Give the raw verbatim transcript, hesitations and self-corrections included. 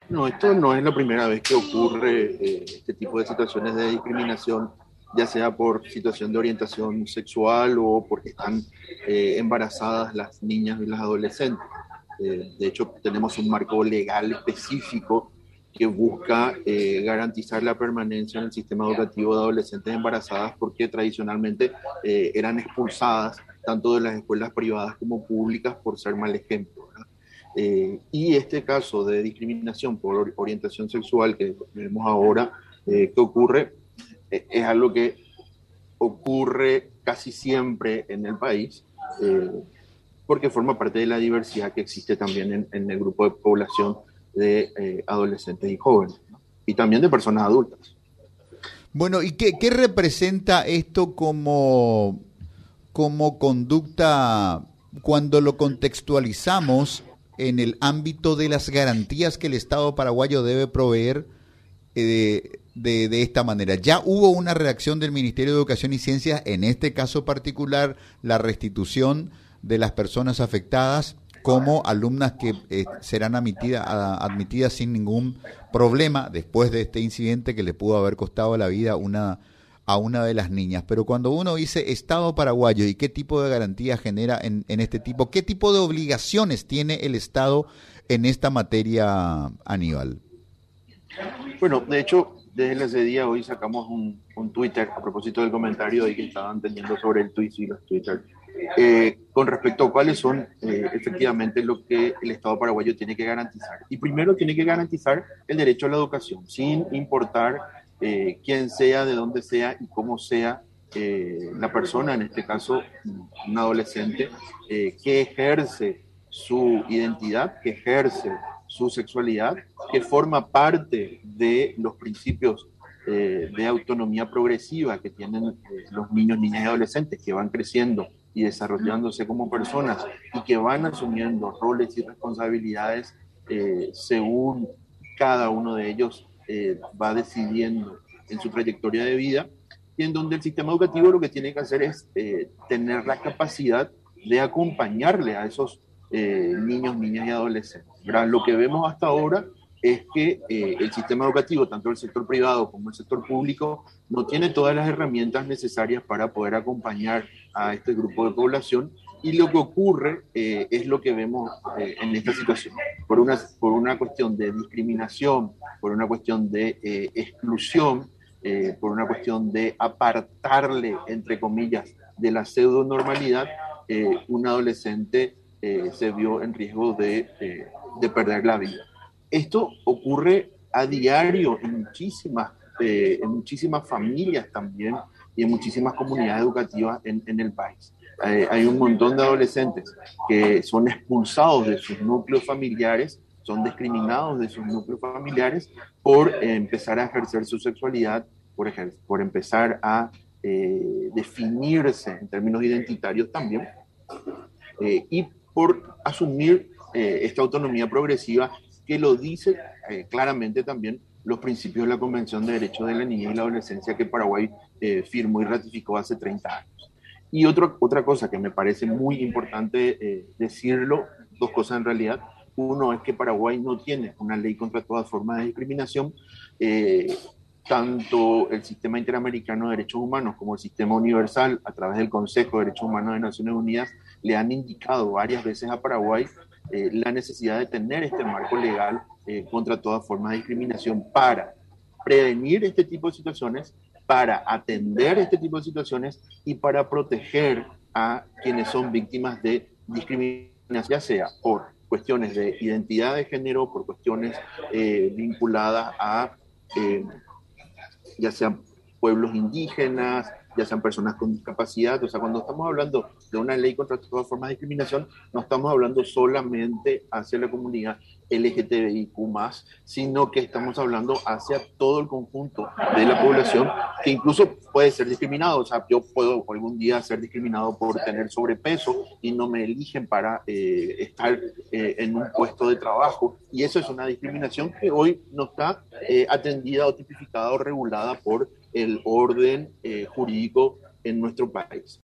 No, esto no es la primera vez que ocurre eh, este tipo de situaciones de discriminación, ya sea por situación de orientación sexual o porque están eh, embarazadas las niñas y las adolescentes. Eh, de hecho, tenemos un marco legal específico que busca eh, garantizar la permanencia en el sistema educativo de adolescentes embarazadas porque tradicionalmente eh, eran expulsadas tanto de las escuelas privadas como públicas por ser mal ejemplo, ¿verdad? Eh, y este caso de discriminación por orientación sexual que vemos ahora eh, que ocurre, eh, es algo que ocurre casi siempre en el país, eh, porque forma parte de la diversidad que existe también en, en el grupo de población de eh, adolescentes y jóvenes, ¿no? Y también de personas adultas. Bueno, ¿y qué, qué representa esto como, como conducta cuando lo contextualizamos en el ámbito de las garantías que el Estado paraguayo debe proveer eh, de, de esta manera? Ya hubo una reacción del Ministerio de Educación y Ciencias, en este caso particular, la restitución de las personas afectadas como alumnas que eh, serán admitida, a, admitidas sin ningún problema después de este incidente que le pudo haber costado la vida una, a una de las niñas. Pero cuando uno dice Estado paraguayo y qué tipo de garantías genera en, en este tipo, ¿qué tipo de obligaciones tiene el Estado en esta materia, Aníbal? Bueno, de hecho, desde ese día hoy sacamos un, un Twitter a propósito del comentario ahí que estaban teniendo sobre el tweet y los Twitter, eh, con respecto a cuáles son eh, efectivamente lo que el Estado paraguayo tiene que garantizar. Y primero tiene que garantizar el derecho a la educación, sin importar eh, quién sea, de dónde sea y cómo sea eh, la persona, en este caso un adolescente, eh, que ejerce su identidad, que ejerce su sexualidad, que forma parte de los principios eh, de autonomía progresiva que tienen eh, los niños, niñas y adolescentes que van creciendo y desarrollándose como personas y que van asumiendo roles y responsabilidades eh, según cada uno de ellos eh, va decidiendo en su trayectoria de vida, y en donde el sistema educativo lo que tiene que hacer es eh, tener la capacidad de acompañarle a esos eh, niños, niñas y adolescentes. ¿Verdad? Lo que vemos hasta ahora es que eh, el sistema educativo, tanto el sector privado como el sector público, no tiene todas las herramientas necesarias para poder acompañar a este grupo de población, y lo que ocurre eh, es lo que vemos eh, en esta situación. Por una, por una cuestión de discriminación, por una cuestión de eh, exclusión, eh, por una cuestión de apartarle, entre comillas, de la pseudo normalidad, eh, un adolescente eh, se vio en riesgo de, eh, de perder la vida. Esto ocurre a diario en muchísimas, eh, en muchísimas familias también y en muchísimas comunidades educativas en, en el país. Eh, hay un montón de adolescentes que son expulsados de sus núcleos familiares, son discriminados de sus núcleos familiares por eh, empezar a ejercer su sexualidad, por, ejer por empezar a eh, definirse en términos identitarios también, eh, y por asumir eh, esta autonomía progresiva que lo dice eh, claramente también los principios de la Convención de Derechos de la Niñez y la Adolescencia que Paraguay eh, firmó y ratificó hace treinta años. Y otro, otra cosa que me parece muy importante eh, decirlo, dos cosas en realidad. Uno es que Paraguay no tiene una ley contra todas formas de discriminación. Eh, Tanto el Sistema Interamericano de Derechos Humanos como el Sistema Universal, a través del Consejo de Derechos Humanos de Naciones Unidas, le han indicado varias veces a Paraguay eh, la necesidad de tener este marco legal eh, contra toda forma de discriminación para prevenir este tipo de situaciones, para atender este tipo de situaciones y para proteger a quienes son víctimas de discriminación, ya sea por cuestiones de identidad de género, por cuestiones eh, vinculadas a eh, ya sean pueblos indígenas, ya sean personas con discapacidad. O sea, cuando estamos hablando de una ley contra todas formas de discriminación, no estamos hablando solamente hacia la comunidad L G T B I Q más, sino que estamos hablando hacia todo el conjunto de la población que incluso puede ser discriminado. O sea, yo puedo algún día ser discriminado por tener sobrepeso y no me eligen para eh, estar eh, en un puesto de trabajo, y eso es una discriminación que hoy no está eh, atendida o tipificada o regulada por el orden eh, jurídico en nuestro país.